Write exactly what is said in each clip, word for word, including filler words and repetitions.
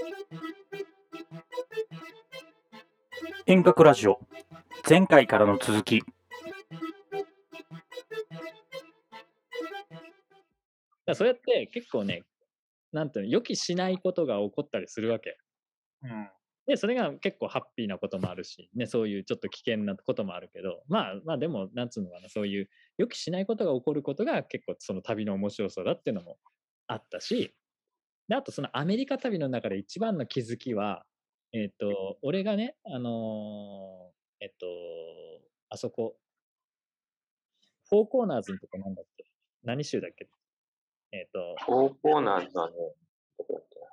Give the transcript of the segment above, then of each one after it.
遠隔ラジオ、前回からの続き。 だそうやって結構ね、なんていうの、予期しないことが起こったりするわけ。 うん。 で、それが結構ハッピーなこともあるし、ね、そういうちょっと危険なこともあるけど、まあまあでも、なんつうのかな、そういう予期しないことが起こることが結構その旅の面白さだっていうのもあったし、で、あとそのアメリカ旅の中で一番の気づきは、えっと、俺がね、あのーえっと、あそこ、フォーコーナーズのとこなんだっけ、何州だっけ、えっと、 フォーコーナーズはね、どこだっけな。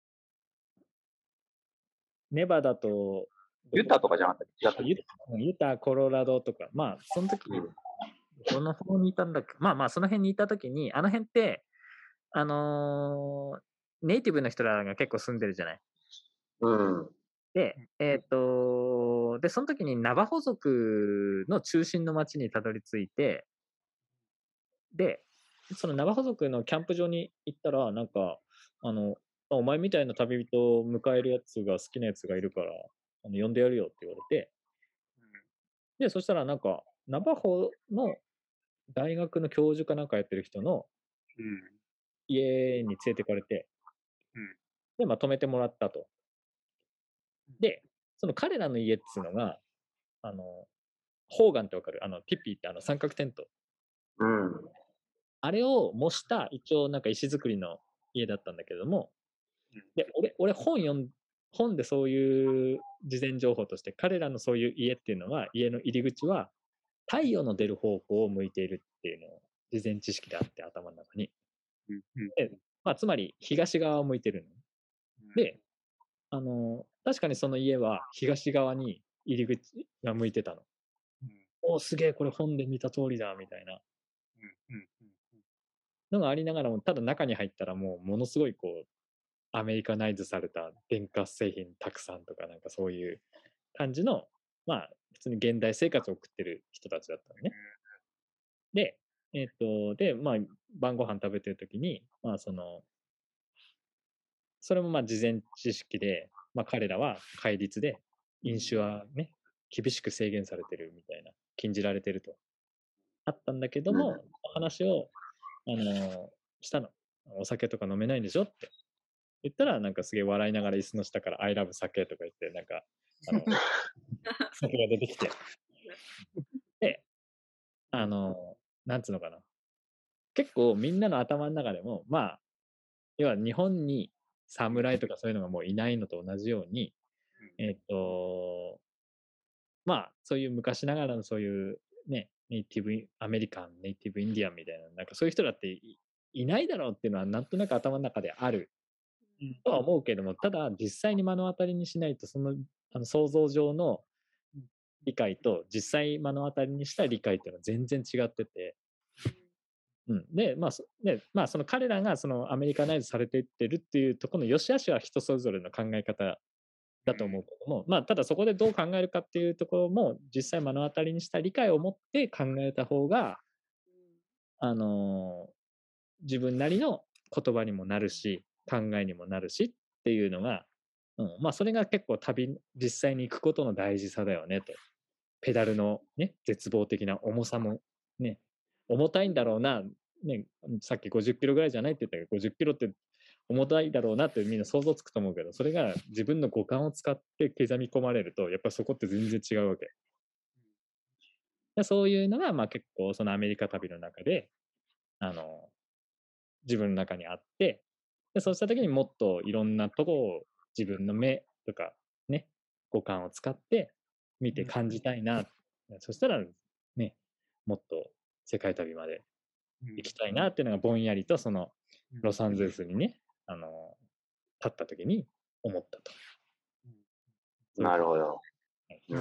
ネバダと、 ユタとかじゃなかったっけ？ ユユタ、コロラドとか、まあ、その時、 うんどの方にいたんだっけ、まあまあ、その辺にいた時に、あの辺って、あのーネイティブの人らが結構住んでるじゃない。 うん。 で、えっ、と、で、その時にナバホ族の中心の町にたどり着いて、で、そのナバホ族のキャンプ場に行ったら、なんか、あの、あお前みたいな旅人を迎えるやつが好きなやつがいるから、あの呼んでやるよって言われて、で、そしたらなんか、ナバホの大学の教授かなんかやってる人のうん。 家に連れてかれて、 うんで、まあ泊めてもらったと。で、その彼らの家っつうのが、あの、ホーガンってわかる、あの、ティッピーってあの三角テント。 うん。 あれを模した一応なんか石造りの家だったんだけども、で、俺、俺本読ん、本でそういう事前情報として、彼らのそういう家っていうのは、家の入り口は太陽の出る方向を向いているっていうのを事前知識であって、頭の中に。 うんうんで、まあ、つまり東側を向いてるの。で、あの、確かにその家は東側に入り口が向いてたの。 うんおーすげえ、これ本で見た通りだ、みたいなうんうんのがありながらも、ただ中に入ったらもうものすごいこう、アメリカナイズされた電化製品たくさんとかなんかそういう感じの、まあ、普通に現代生活を送ってる人たちだったのね。で、えっ、と、で、まあ、晩ご飯食べてる時に、まあ、その、それもまあ事前知識で、まあ、彼らは戒律で飲酒はね、厳しく制限されてるみたいな、禁じられてると。あったんだけどうん。 も、話を、あのしたの。お酒とか飲めないんでしょって言ったら、なんかすげえ笑いながら椅子の下から I love 酒とか言って、なんか、あの、酒が出てきて。で、あの、なんつうのかな。結構みんなの頭の中でも、まあ、要は日本に侍とかそういうのがもういないのと同じように、えっと、まあ、そういう昔ながらのそういうね、ネイティブアメリカン、ネイティブインディアンみたいな、なんかそういう人だっていいないだろうっていうのはなんとなく頭の中であるうんとは思うけども、ただ実際に目の当たりにしないと、そのあの想像上の理解と実際目の当たりにした理解っていうのは全然違ってて、うん、で、まあそでまあ、その彼らがそのアメリカナイズされていってるっていうところの良し悪しは人それぞれの考え方だと思うけども、まあ、ただそこでどう考えるかっていうところも実際目の当たりにした理解を持って考えた方が、あのー自分なりの言葉にもなるし考えにもなるしっていうのが、うん、まあそれが結構旅実際に行くことの大事さだよねと。ペダルのね絶望的な重さもね、重たいんだろうな、ね、さっきごじゅっキロぐらいじゃないって言ったけどごじゅっキロって重たいだろうなってみんな想像つくと思うけど、それが自分の五感を使って刻み込まれるとやっぱそこって全然違うわけで、そういうのがまあ結構そのアメリカ旅の中であの自分の中にあって、でそうした時にもっといろんなとこを自分の目とかね五感を使って見て感じたいな、そしたらねもっと世界旅まで行きたいなっていうのがぼんやりとそのロサンゼルスにねあの立った時に思ったと。 なるほど。うん。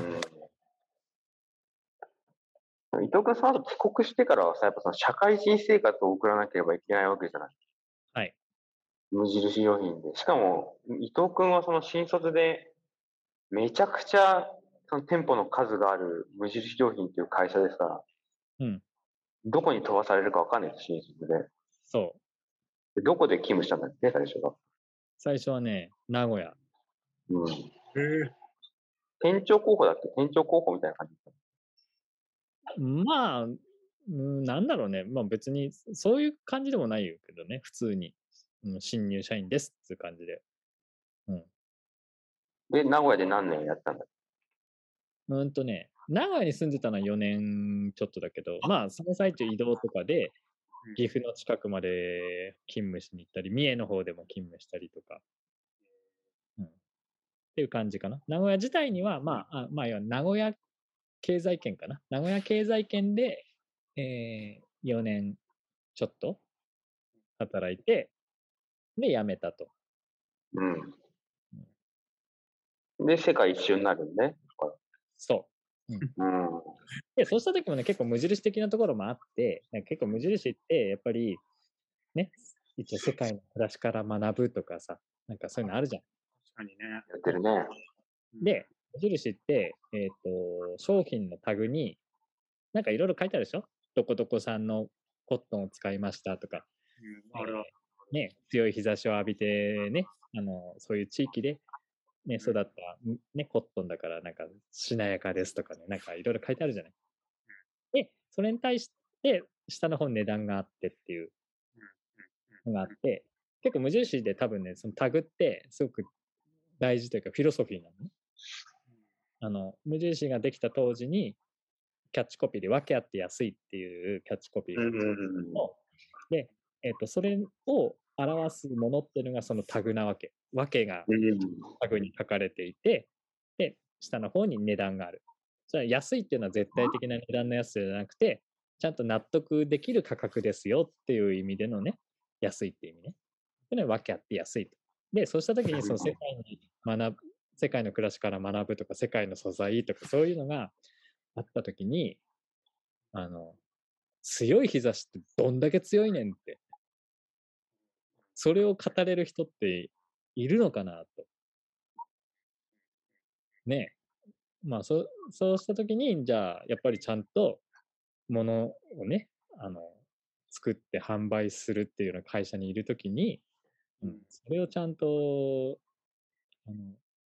伊藤君、その後帰国してからはさ、やっぱその社会人生活を送らなければいけないわけじゃない。 はい。 無印良品で。しかも、伊藤君はその新卒で、めちゃくちゃその店舗の数がある無印良品っていう会社ですから、 うん。 どこに飛ばされるかわかんないです、新卒で。 そう。 でどこで勤務したんだっけ、最初が。 最初はね、名古屋。 うん。 へえ。 店長候補だっけ店長候補みたいな感じだっまあ、うんなんだろうね。まあ別にそういう感じでもないけどね、普通に。うん、新入社員ですっていう感じで。うん。 た。で、名古屋で何年やったんだっうんとね、名古屋に住んでたのはよねんちょっとだけど、まあその最中移動とかで、岐阜の近くまで勤務しに行ったり、三重の方でも勤務したりとか、うん、っていう感じかな。名古屋自体には、まあ、あまあ、要は名古屋経済圏かな。名古屋経済圏で、えー、よねんちょっと働いて、で、辞めたと。 けうん。で、世界一周になるんね。 そう。うん、 うん。 で、そうした時もね、結構無印的なところもあって、結構無印って、やっぱり、ね、一応世界の暮らしから学ぶとかさ、なんかそういうのあるじゃん。 確かにね。 やってるね。 で、無印って、えっ、と、商品のタグに、なんかいろいろ書いてあるでしょ。どこどこさんのコットンを使いましたとか、 うん、あれは。 えーね、強い日差しを浴びてね、あの、そういう地域で、ね、育った、ね、コットンだから、なんか、しなやかですとかね、なんかいろいろ書いてあるじゃない。で、それに対して、下の方に値段があってっていうのがあって、結構無印で多分ね、そのタグってすごく大事というかフィロソフィーなのね。あの、無印ができた当時に、キャッチコピーで訳あって安いっていうキャッチコピーがあって、で、えっ、と、それを表すものっていうのがそのタグなわけ。訳がタグに書かれていて、で、下の方に値段がある。それは安いっていうのは絶対的な値段の安さじゃなくて、ちゃんと納得できる価格ですよっていう意味でのね、安いっていう意味ね。それは訳あって安いと。で、そうした時にその世界に学ぶ、世界の暮らしから学ぶとか、世界の素材とか、そういうのがあった時に、あの、強い日差しってどんだけ強いねんって、それを語れる人っているのかなと。ね。まあ、そそうした時に、じゃあ、やっぱりちゃんと物をね、あの、作って販売するっていうような会社にいる時に、うん、それをちゃんと、あの、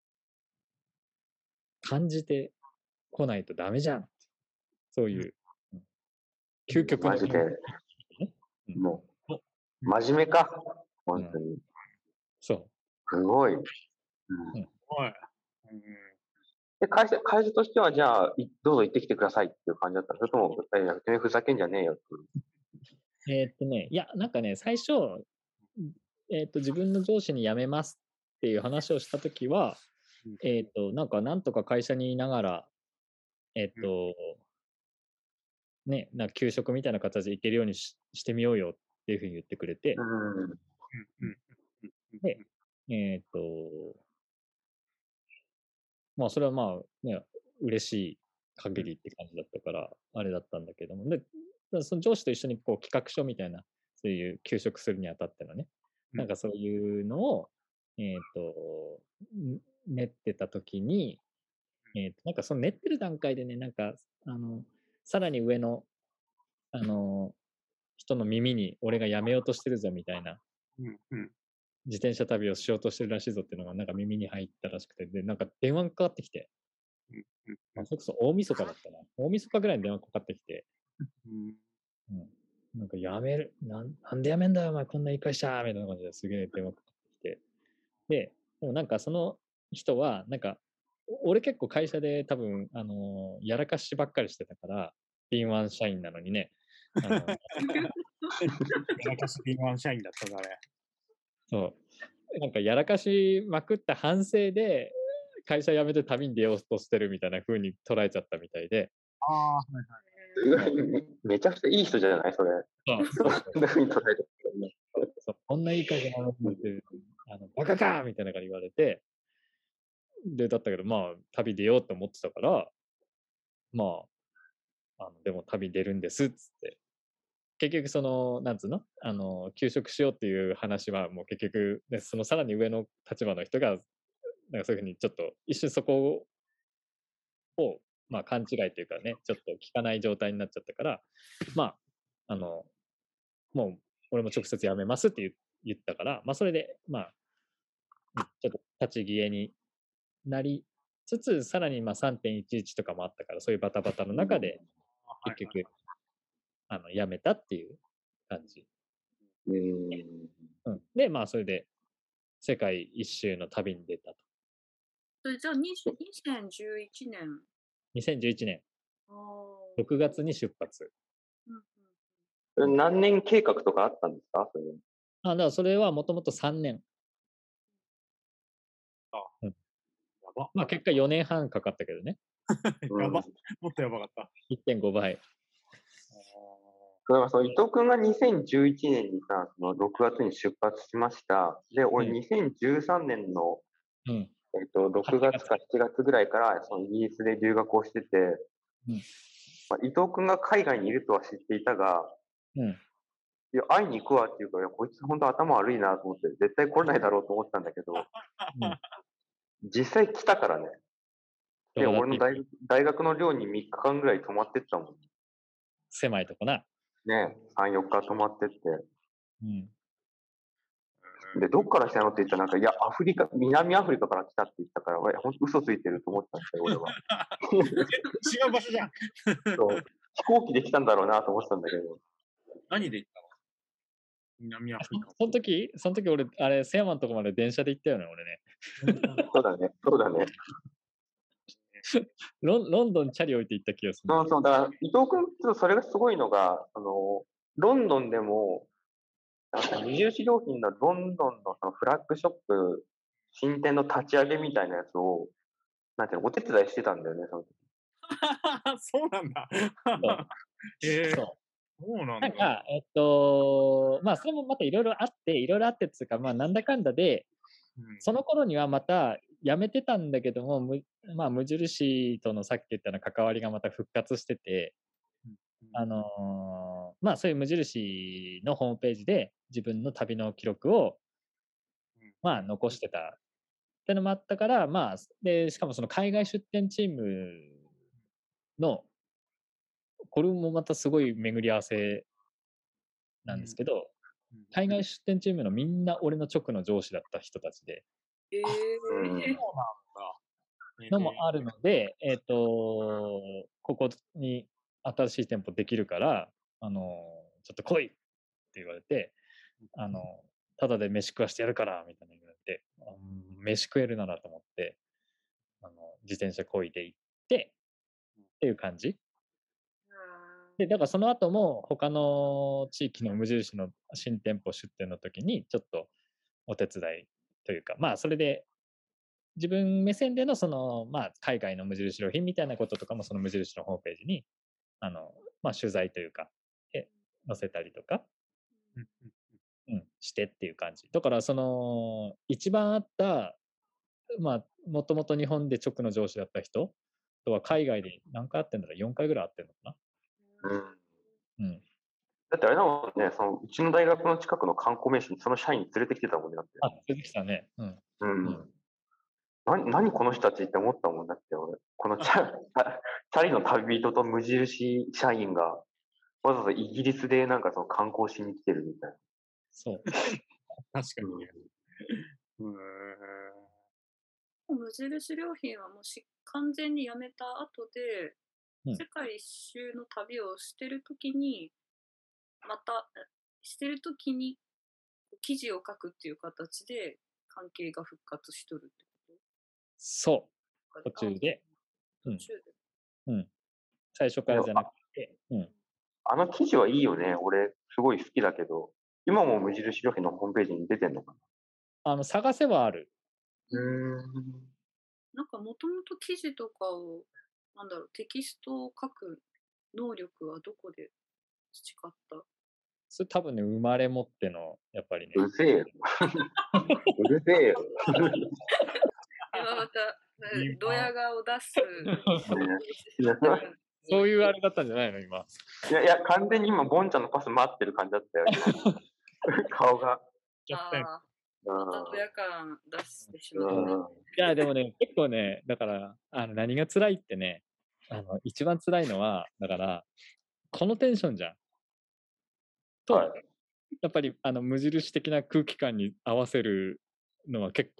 感じてこないとダメじゃん。そういう、うん、究極のマジで、 ね、うん、 もう、真面目か。本当に。 そすごい。うん。 う。うんはい。うん。 で、会社、会社としては、じゃあ、いどうぞ行ってきてくださいっていう感じだったのそれとも、えー、てめえふざけんじゃねえよっていう。 えーっとね、いや、なんかね、最初、えーっと、自分の上司に辞めますっていう話をしたときは、えーっと、なんか、なんとか会社にいながら、えーっと、ね、なんか給食みたいな形で行けるようにししてみようよっていうふうに言ってくれて、 うん。 うん。うん。 で、えーっと、まあ、それはまあ、ね、嬉しい限りって感じだったから、あれだったんだけども、で、その上司と一緒にこう企画書みたいな、そういう休職するにあたってのね、なんかそういうのを、えっと、練ってた時に、えっと、なんかその練ってる段階でね、なんか、あの、さらに上の、あの、人の耳に俺が辞めようとしてるぞみたいな、 うん。うん。 自転車旅をしようとしてるらしいぞっていうのがなんか耳に入ったらしくて、で、なんか電話がかかってきて、まあ、それこそ大晦日だったな。大晦日ぐらいに電話かかってきて、 うん。 うん、なんかやめるなん、なんでやめんだよ、お前、こんないい会社みたいな感じですげえ電話かかってきて。で、でもなんかその人は、なんか、俺結構会社で多分、あのーやらかしばっかりしてたから、敏腕社員なのにね、あの、 やらかし敏腕社員だったからね。 そう、なんかやらかしまくった反省で、会社辞めて旅に出ようとしてるみたいな風に捉えちゃったみたいで、 ああ、はいはい。 めめちゃくちゃいい人じゃないそれ。 そうそうそうそんな風に捉えてるね。 そう、こんないい会社なのにって、あの、バカかみたいな感じ言われて、で、だったけど、まあ、旅出ようと思ってたから、まあ、あの、でも旅出るんですっつって。結局その、なんつうのあの、休職しようっていう話はもう結局、ね、そのさらに上の立場の人が、なんかそういうふうにちょっと一瞬そこを、まあ勘違いというかね、ちょっと聞かない状態になっちゃったから、まあ、あの、もう俺も直接辞めますって言言ったから、まあそれで、まあ、 ちょっと立ち消えになりつつ、さらにまあさんてんいちいちとかもあったから、そういうバタバタの中で結局、あの辞めたっていう感じ。 うん。 うん、で、まあそれで世界一周の旅に出たと。 それじゃあにせんじゅういちねん。 にせんじゅういちねんああ。 ろくがつに出発。 うんうん。 それ何年計画とかあったんですかそれ。 あ、だからそれはもともとさんねん。 あ、 うん、 やば。 まあ結果よねんはんかかったけどね。 やば。もっとやばかった。 いってんごばい。 だからその伊藤君がにせんじゅういちねんにさ、そのろくがつに出発しました。で、俺うんにせんじゅうさんねんの、 うん。 えっと、ろくがつかしちがつぐらいからそのイギリスで留学をしてて、 うんまあ、伊藤君が海外にいるとは知っていたが、 うん。 いや、会いに行くわっていうから、いや、こいつ本当頭悪いなと思って、絶対来れないだろうと思ってたんだけど、 うん、 実際来たからね。で、 どうだって俺の大学大学の寮にみっかかんぐらい泊まってったもん。 狭いとこな。 ね、さん、よっか泊まってって。 うん。 で、どっから来たのって言ったら、なんか、いや、アフリカ、南アフリカから来たって言ったから、俺、ほんと嘘ついてると思ったんですよ、俺は。 違う場所じゃん。 そう飛行機で来たんだろうなと思ってたんだけど。 何で行ったの？南アフリカ。 その時、その時俺、あれ、セアマンのとこまで電車で行ったよね、俺ね。 そうだね、そうだね。 ロンロンドンチャリ置いて行った気がする。 そうそう、だから、伊藤君、ちょっとそれがすごいのが、あの、ロンドンでも、なんか無印良品のロンドンのそのフラッグショップ、新店の立ち上げみたいなやつを、なんていうの、お手伝いしてたんだよね、その時。 そうなんだ。えー、 そうそうなんだ。 なんか、えっと、まあ、それもまたいろいろあって、いろいろあってっつうか、まあ、なんだかんだで、 うん、 その頃にはまた辞めてたんだけども、むまあ、無印とのさっき言ったような関わりがまた復活してて、あのーまあ、そういう無印のホームページで自分の旅の記録を、まあ、残してたってのもあったから、まあ、で、しかもその海外出店チームの、これもまたすごい巡り合わせなんですけど、海外出店チームのみんな俺の直の上司だった人たちで、 ええうんー。 そうなんだ。 のもあるので、えっと、ここに新しい店舗できるから、あの、ちょっと来いって言われて、あの、ただで飯食わしてやるからみたいな言われて、うん飯食えるならと思って、あの、自転車こいで行って、っていう感じ。で、だからその後も他の地域の無印の新店舗出店の時にちょっとお手伝いというか、まあそれで自分目線でのその、まあ海外の無印良品みたいなこととかもその無印のホームページに、あの、まあ取材というか、で載せたりとか、うん、してっていう感じ。だからその、一番あった、まあ、もともと日本で直の上司だった人とは海外で何回会ってんだろう ?よん 回ぐらい会ってんのかな。 うん。 うん。 だってあれだもんね、そのうちの大学の近くの観光名所にその社員連れてきてたもんね、だって。 あ、出てきたね。うん。 うん。 うんな何この人たちって思ったもんだって、俺。このチャチャリの旅人と無印社員が、わざわざイギリスでなんかその観光しに来てるみたいな。 そう。 確かにね。うーん。 無印良品はもし完全にやめた後で、 うん世界一周の旅をしてるときに、また、えしてるときに記事を書くっていう形で関係が復活しとるってこそう。 と途中で。うん。 途中で。 うん。最初からじゃなくて、うん。 あの記事はいいよね。俺、すごい好きだけど、今も無印良品のホームページに出てんのかあの、探せばある。 な。うん。 なんかもともと記事とかを、なんだろう、テキストを書く能力はどこで培ったそれ多分ね、生まれ持っての、やっぱりね。 うるせえよ。うるせえよ。 今また、 今ドヤ顔を出す。 いやそういうあれだったんじゃないの今。 いや、いや、完全に今、ボンちゃんのパス待ってる感じだったよ。顔が。 ああ、またドヤ感出してしまったね。 うん。 いや、でもね、結構ね、だから、あの、何が辛いってね、あの、一番辛いのは、だから、このテンションじゃん。と、 はいやっぱり、あの、無印的な空気感に合わせるのは結構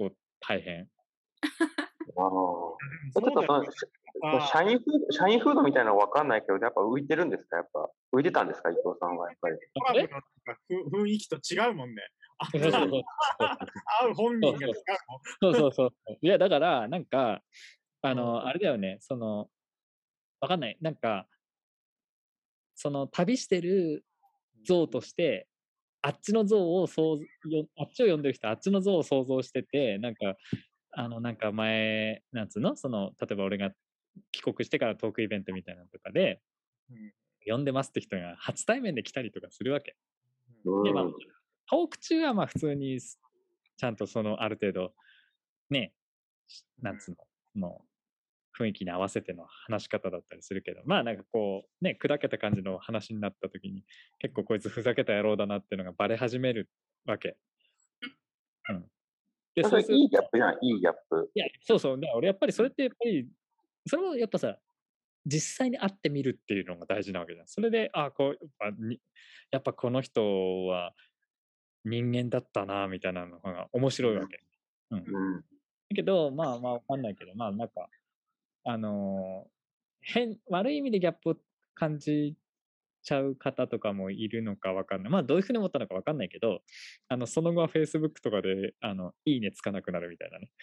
大変。 ああ。ちょっとその、シあャインフード、シャインフードみたいなのわかんないけど、やっぱ浮いてるんですかやっぱ。浮いてたんですか伊藤さんはやっぱり。 コラボのなんかふ雰囲気と違うもんね。あそうそうそうそう会う本人が違うもん。 そうそうそう。いや、だから、なんか、あの、あれだよね、その、わかんない。なんか、その旅してる像として、あっちの像を想像よあっちを読んでる人はあっちの像を想像してて、なんか、あの、なんか前、なんつうのその、例えば俺が帰国してからトークイベントみたいなのとかで、 うん呼んでますって人が初対面で来たりとかするわけ。 うん。 で、まあ、トーク中はまあ普通にちゃんとそのある程度、ね、なんつうの、その雰囲気に合わせての話し方だったりするけど、まあなんかこう、ね、砕けた感じの話になった時に、結構こいつふざけた野郎だなっていうのがバレ始めるわけ。うん。で、 そそうするれいいギャップじゃん、いいギャップ。 いや、そうそう。で、俺やっぱりそれってやっぱり、それもやっぱさ、実際に会ってみるっていうのが大事なわけじゃん。それで、あこう、やっぱにやっぱこの人は人間だったな、みたいなのが面白いわけ。うん。だうん。 けど、まあまあわかんないけど、まあなんか、あのー変、悪い意味でギャップを感じちゃう方とかもいるのかわかんない。まあどういうふうに思ったのかわかんないけど、あの、その後は Facebook とかで、あの、いいねつかなくなるみたいなね。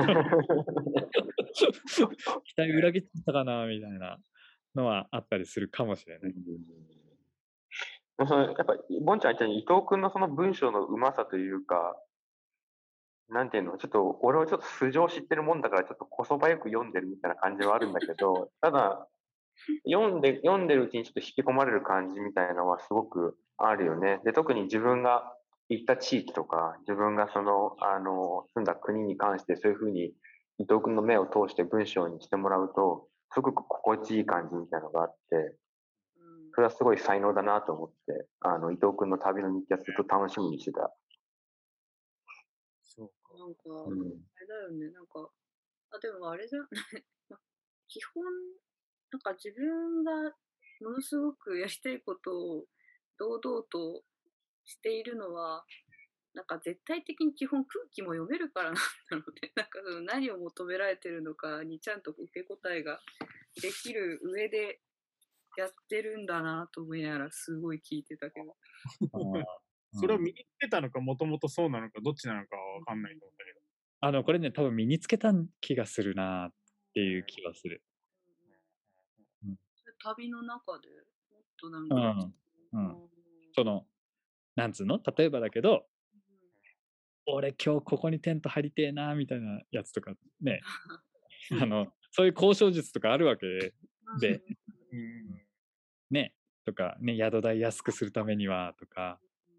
期待裏切ってたかなみたいなのはあったりするかもしれない。 うん、そのやっぱ、ボンちゃん言ったように、伊藤君のその文章のうまさというか、なんていうの、ちょっと、俺はちょっと素性を知ってるもんだから、ちょっとこそばよく読んでるみたいな感じはあるんだけど、ただ、読んで、読んでるうちにちょっと引き込まれる感じみたいなのはすごくあるよね。で、特に自分が行った地域とか、自分がその、あの、住んだ国に関してそういうふうに伊藤君の目を通して文章にしてもらうと、すごく心地いい感じみたいなのがあって、 うんそれはすごい才能だなと思って、あの、伊藤君の旅の日記はずっと楽しみにしてた。 そうか。 なんか、 うん。 あれだよね、なんか、あ、でもあれじゃん、ま基本、なんか自分がものすごくやりたいことを堂々としているのは、なんか絶対的に基本空気も読めるからなんだろうね。なんかその何を求められてるのかにちゃんと受け答えができる上でやってるんだなと思いながらすごい聞いてたけど。 あーそれを身につけたのか、もともとそうなのか、どっちなのかはわかんないと思うんだけど。 あの、これね、多分身につけた気がするなっていう気がする。うんそれ旅の中でもっとなんうか、 ん。うん。 うんその、なんつうの例えばだけど、俺今日ここにテント張りてえなみたいなやつとかね、あの、そういう交渉術とかあるわけで、 うん。 ね、とか、ね、宿代安くするためにはとか、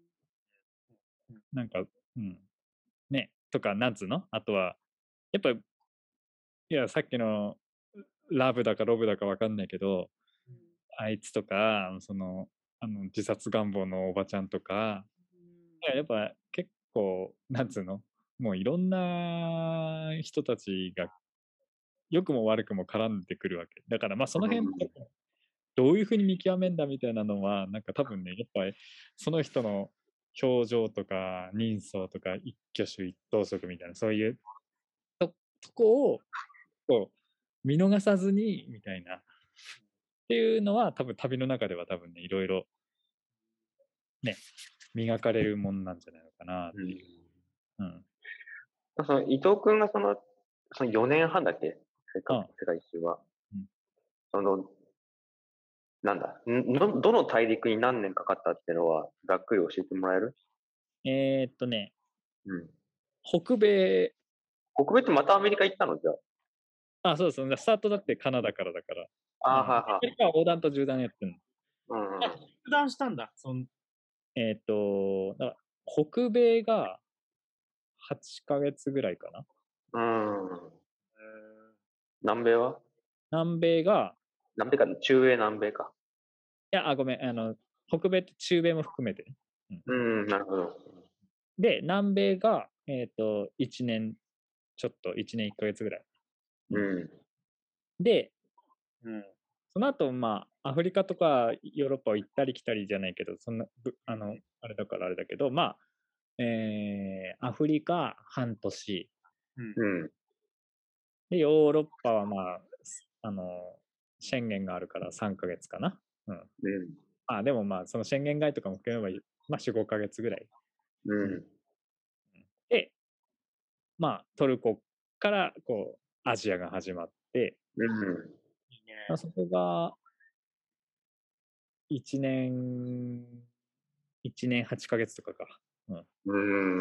なんか、うん、ね、とか、なんつうのあとは、やっぱ、いや、さっきのラブだかロブだかわかんないけど、あいつとか、その、あの自殺願望のおばちゃんとか、いややっぱ結構、なんつうのもういろんな人たちが良くも悪くも絡んでくるわけ。だからまあその辺、どういうふうに見極めんだみたいなのは、なんか多分ね、やっぱりその人の表情とか人相とか一挙手一投足みたいな、そういうととこをこう見逃さずにみたいなっていうのは多分旅の中では多分ね、いろいろね、磨かれるもんなんじゃないのかなっていう。うん。 その伊藤君がその、そのよねんはんだっけ世界うん世界一周は。 うんその、なんだんの、どの大陸に何年かかったっていうのは、ざっくり教えてもらえる？ えー、っとね、 うん。 北米、 北米ってまたアメリカ行ったのじゃあ、そうです。スタートだってカナダからだから。 あ。あうんー、はいはい。 アメリカは横断と縦断やってるの。 うんうん。 あ、決断したんだ。そんえーっと、だから北米がはちかげつぐらいかな。 うん。南米は南米が、 南米か、中米南米か。 いや、あ、ごめん、あの、北米って中米も含めてね。 うん、なるほど。 で、南米が、えーっと、いちねんちょっと、いちねんいっかげつぐらい。 うん。 で、 うん。 その後、まあ、アフリカとかヨーロッパを行ったり来たりじゃないけど、そんな、ぶあの、あれだからあれだけど、まあ、えー、アフリカ半年、 うん。 で、ヨーロッパはまあ、あの、宣言があるからさんかげつかな。うん。 うん。 あ、でもまあ、その宣言外とかも含めば、まあ、よん、ごかげつぐらい。 うん。 で、まあ、トルコからこうアジアが始まって、 うん。 いいね。 まあ、そこがいちねん、いちねんはちかげつとかか。うん、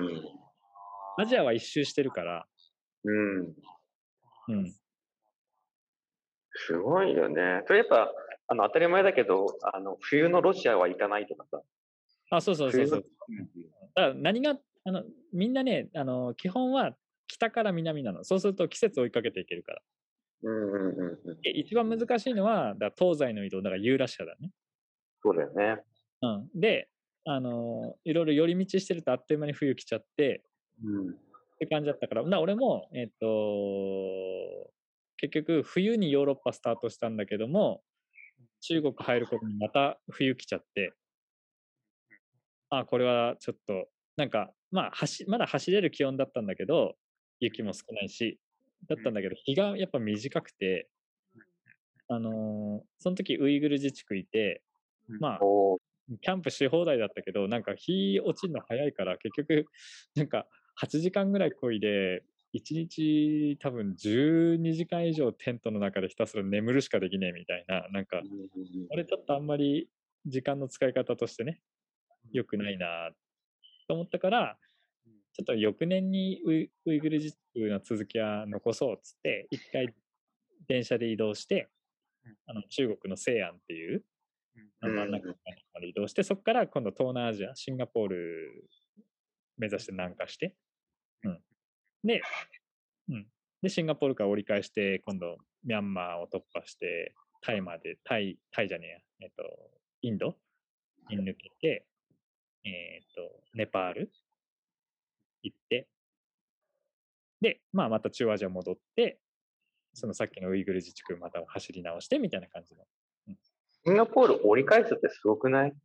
うん。 アジアは一周してるから、 うん。 うん、 すごいよね。それやっぱ、あの、当たり前だけど、あの、冬のロシアは行かないとかさ。 あ、そうそうそう冬の、 そう。だから何があのみんなね、あの基本は北から南なの。そうすると季節を追いかけていけるから。 うんうんうんうん。 で一番難しいのはだから東西の移動だからユーラシアだね。 そうだよね。 うん、で、あのいろいろ寄り道してるとあっという間に冬来ちゃってうん。 って感じだったから、な俺もえっと結局冬にヨーロッパスタートしたんだけども、中国入る頃にまた冬来ちゃって、あ、これはちょっと、なんか、まあ、走まだ走れる気温だったんだけど、雪も少ないし、だったんだけど、日がやっぱ短くて、あのーその時ウイグル自治区いて、まあ、 おー。 キャンプし放題だったけど、なんか日落ちるの早いから、結局、なんかはちじかんぐらい漕いで、いちにち多分じゅうにじかん以上テントの中でひたすら眠るしかできねえみたいな、なんか、 うんうんあれちょっとあんまり時間の使い方としてね、良くないなと思ったから、ちょっと翌年にウイウイグル自治区の続きは残そうっつって、一回電車で移動して、あの中国の西安っていうあの真ん中まで移動して、そこから今度東南アジア、シンガポール目指して南下して、うん、で、うん、で、シンガポールから折り返して、今度ミャンマーを突破して、タイまで、タイ、タイじゃねえや、えっと、インドに抜けて、えっと、ネパール行って、で、まあ、また中央アジア戻って、そのさっきのウイグル自治区また走り直してみたいな感じの。 シンガポール折り返すってすごくない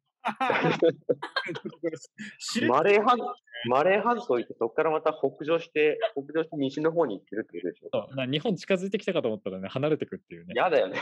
知るマレー半マレー半島行って、そこからまた北上して、北上して西の方に行ってるってことでしょ。 そうな日本近づいてきたかと思ったらね、離れてくっていうね。 やだよね。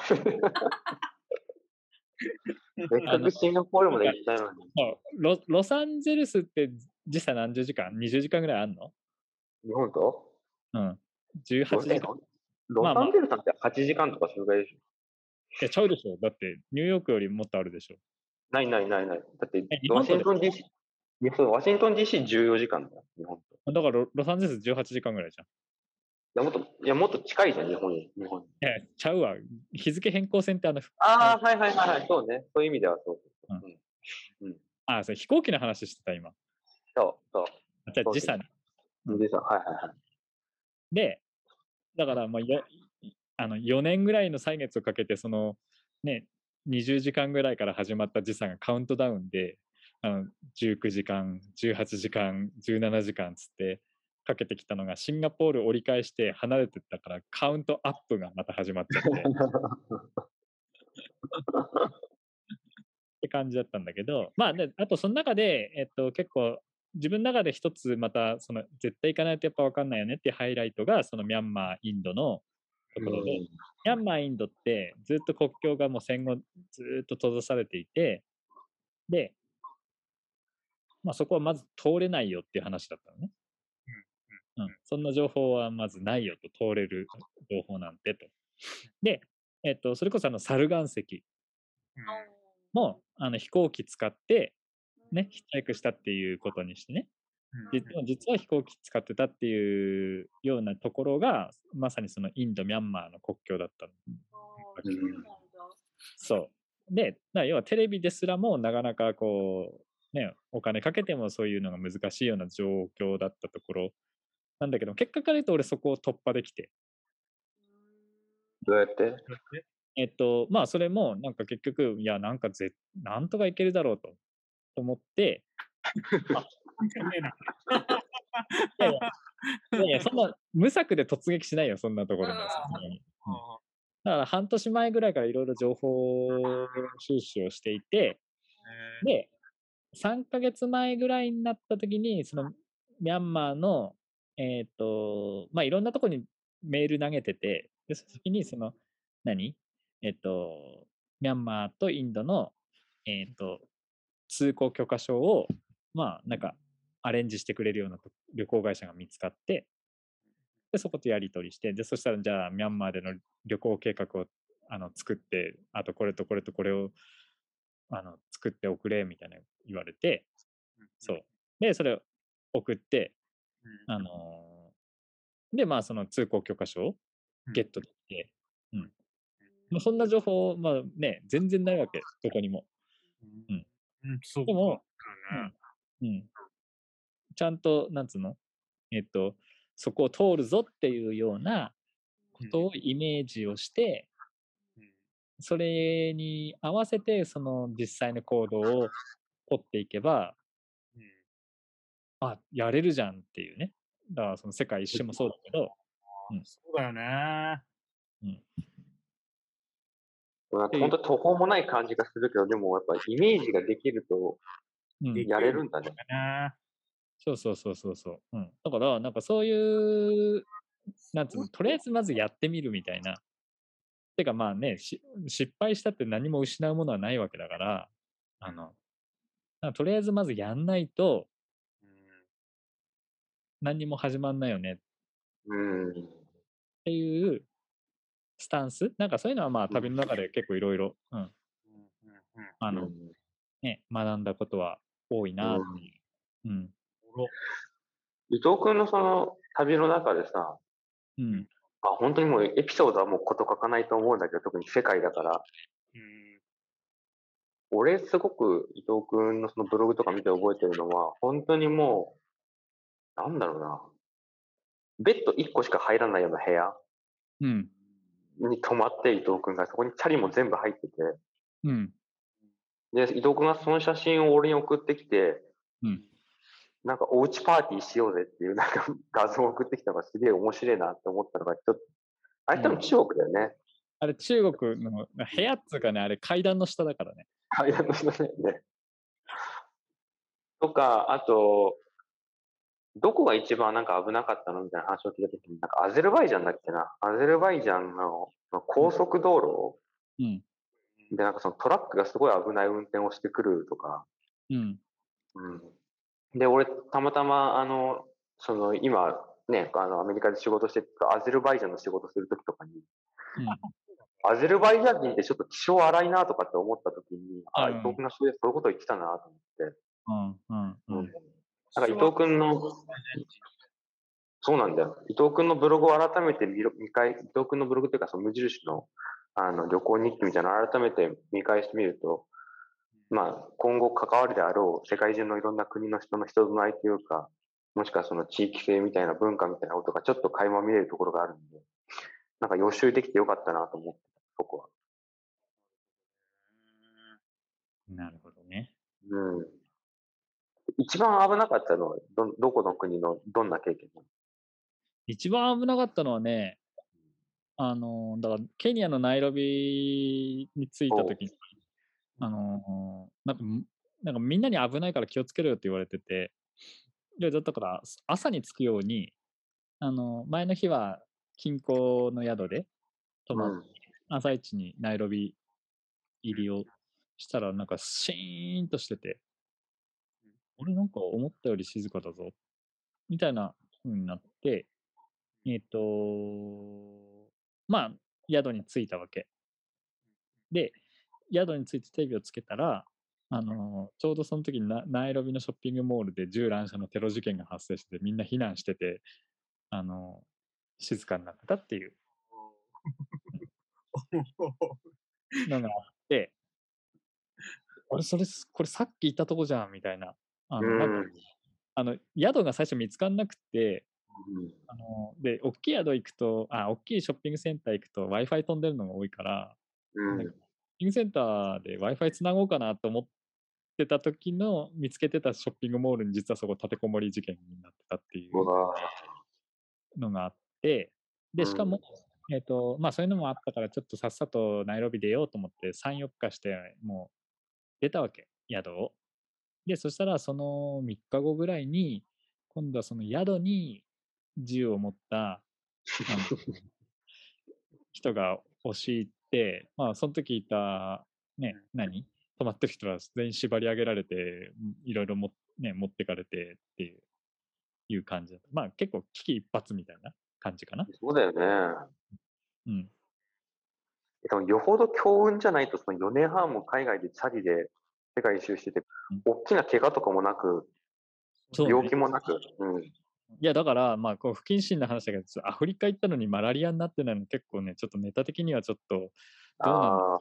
せっかくシンガポールまで行きたいのに。 そうロロサンゼルスって時差何十時間 ?にじゅう 時間ぐらいあんの？ 日本とうん。じゅうはちじかん。 ロサンゼルスなんてはちじかんとかそれぐらいでしょ。 いや、ちゃうでしょ。だって、ニューヨークよりもっとあるでしょ。 ないないないない。だってえ日、本とでワシントン ディーシー、そうワシントン ディーシーじゅうよじかんだよ、日本と。 だからロ、ロサンゼルスじゅうはちじかんぐらいじゃん。 いや、もっと、いや、もっと近いじゃん、日本に。日本に。 いや、ちゃうわ。日付変更線ってあの、 ああ、はいはいはいはい、そうね。そういう意味ではそうそうそう。うん。うん。 あ、それ飛行機の話してた、今。 そうそう。 あじゃあ時差ね。うんでさ、はいはいはい。 で、だからまあよあのよねんぐらいの歳月をかけてそのねにじゅうじかんぐらいから始まった時差がカウントダウンであのじゅうくじかんじゅうはちじかんじゅうななじかんつってかけてきたのがシンガポール折り返して離れてったからカウントアップがまた始まっちゃってって感じだったんだけど、まあであとその中で、えっと、結構自分の中で一つまたその絶対行かないとやっぱ分かんないよねっていうハイライトがそのミャンマーインドのところで、ミャンマーインドってずっと国境がもう戦後ずっと閉ざされていて、で、まあ、そこはまず通れないよっていう話だったのね。うん、そんな情報はまずないよと、通れる情報なんてと。で、えっと、それこそあのサル岩石もあの飛行機使ってね、ヒッチハイクしたっていうことにしてね、実は実は飛行機使ってたっていうようなところがまさにそのインドミャンマーの国境だったの。そうで、だから要はテレビですらもなかなかこうねお金かけてもそういうのが難しいような状況だったところなんだけど、結果から言うと俺そこを突破できて、 どうやってえっとまあそれもなんか結局いやなんかぜなんとかいけるだろうと思っていやいやいやいやそんな無策で突撃しないよそんなところにはさすがに。だから半年前ぐらいからいろいろ情報収集をしていて、でさんかげつまえぐらいになった時にそのミャンマーのえっと、まあ、いろんなとこにメール投げてて、で、その時にその、何えっと、ミャンマーとインドの、えっと、通行許可証を、まあ、なんか、アレンジしてくれるようなと旅行会社が見つかって、で、そことやり取りして、で、そしたら、じゃあ、ミャンマーでの旅行計画をあの作って、あとこれとこれとこれをあの作っておくれみたいな言われて、そう。で、それを送って、あのーで、まあ、その通行許可証をゲットできて、うん。まあ、そんな情報、まあね、全然ないわけ、どこにも。うん。 うん、そうでも、 かね。 うん。うん。ちゃんと、なんつうのえっと、そこを通るぞっていうようなことをイメージをして、 うんそれに合わせて、その実際の行動を取っていけば、 うんあ、やれるじゃんっていうね。だからその世界一周もそうだけど、うんそうだよね。 うん。 なんか本当途方もない感じがするけど、でもやっぱイメージができるとうん、 やれるんだね。 ね。 そうそうそうそうそう。うん。だから、なんかそういう、なんつうの、とりあえずまずやってみるみたいな。てかまあね、し失敗したって何も失うものはないわけだから、あの、なんかとりあえずまずやんないとうん何にも始まんないよねっうん。 ていうスタンスなんかそういうのはまあ旅の中で結構いろいろ、うん、 うんうんあの、 うん。 ね、学んだことは多いなっていう。うん。 うん伊藤君のその旅の中でさ、 うん。 あ、本当にもうエピソードはもうこと書かないと思うんだけど、特に世界だから。 うん俺すごく伊藤君のそのブログとか見て覚えてるのは、本当にもう、なんだろうな。ベッドいっこしか入らないような部屋うん。 に泊まって伊藤君がそこにチャリも全部入ってて、 うん。 で、伊藤君がその写真を俺に送ってきて、 うん。 なんかおうちパーティーしようぜっていうなんか画像を送ってきたのがすげえ面白いなって思ったのが、ちょっと、あれ多分中国だよね。 あれ中国の部屋っつうかね、あれ階段の下だからね。 階段の人だよね。とか、あと、どこが一番なんか危なかったのみたいな話を聞いたときに、なんかアゼルバイジャンだっけな。アゼルバイジャンの高速道うん。 路でなんかそのトラックがすごい危ない運転をしてくるとか、 うん。 うん。で、俺、たまたま、あの、その、今、ね、あの、アメリカで仕事してたアゼルバイジャンの仕事するときとかに、 うん。 アゼルバイジャン人ってちょっと気性荒いなとかって思ったときに、あ、 うん伊藤君がそういうそういうこと言ってたなと思って。 うん。うん。 ううんん。 なんか伊藤君の、そうなんだよ。伊藤君のブログを改めて見ろ見返、伊藤君のブログっていうか、その無印の、あの、旅行日記みたいなのを改めて見返してみると、まあ、今後関わるであろう世界中のいろんな国の人の人となりというか、もしくはその地域性みたいな文化みたいなことがちょっと垣間見れるところがあるんで、なんか予習できてよかったなと思ってた、そこは。 なるほどね。 うん。一番危なかったのは、ど、どこの国のどんな経験なの？ 一番危なかったのはね、あの、だからケニアのナイロビに着いた時に、あの、なんか、なんかみんなに危ないから気をつけろよって言われてて、で、だったから朝に着くように、あの、前の日は近郊の宿で泊まっうん。 朝一にナイロビ入りをしたら、なんかシーンとしてて、俺なんか思ったより静かだぞ、みたいな風になって、えっ、と、まあ、宿に着いたわけ。で、宿に着いてテレビをつけたら、あのちょうどその時にナナイロビのショッピングモールで銃乱射のテロ事件が発生してみんな避難してて、あの静かになったっていうのがあって、あれ、それ、これさっき言ったとこじゃんみたいな。あの、なんか、 うん。 あの、宿が最初見つかんなくて、 うん。 あの、で、大きい宿行くと、あ、大きいショッピングセンター行くと Wi-Fi 飛んでるのが多いから、 うん。 なんかショッピングセンターで Wi-Fi つなごうかなと思ってた時の見つけてたショッピングモールに実はそこ立てこもり事件になってたっていううわのがあって、で、しかうんも、えっと、まあそういうのもあったからちょっとさっさとナイロビ出ようと思ってさん、よっかしてもう出たわけ、宿を。で、そしたらそのみっかごぐらいに、今度はその宿に銃を持ったあの人が押し入って、まあ、その時いた、ね、何止まってる人は全員縛り上げられて、いろいろも、ね、持ってかれてっていういう感じだった。まあ結構危機一髪みたいな感じかな。 そうだよね。 うん。 でもよほど強運じゃないと、そのよねんはんも海外でチャリで世界一周してて、 うん大きな怪我とかもなく、 そうね病気もなく、うん。 いやだからまあこう不謹慎な話だけど、アフリカ行ったのにマラリアになってないの結構ね、ちょっとネタ的にはちょっとどうなんだああ。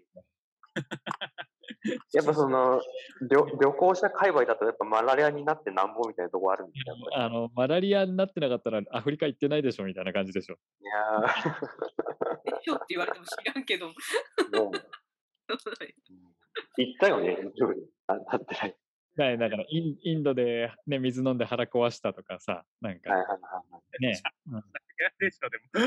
やっぱその旅旅行者界隈だとやっぱマラリアになってなんぼみたいなとこあるんですよ。 あのマラリアになってなかったらアフリカ行ってないでしょみたいな感じでしょ。 いやー、 でしょって言われても知らんけど。 もう行ったよね、あだってない。 だだからインインドで、ね、水飲んで腹壊したとかさ、なんかはいはいはいはい。 ね、うんでしょ、でも。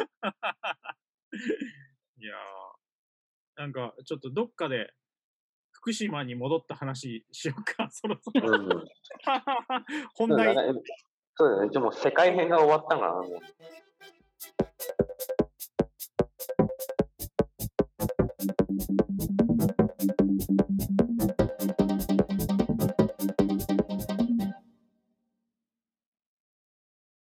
いやー、なんかちょっとどっかで福島に戻った話しようか、そろそろ。 うんうん、 本そうだ題。 ね。そうだね。でも世界編が終わったから、もう。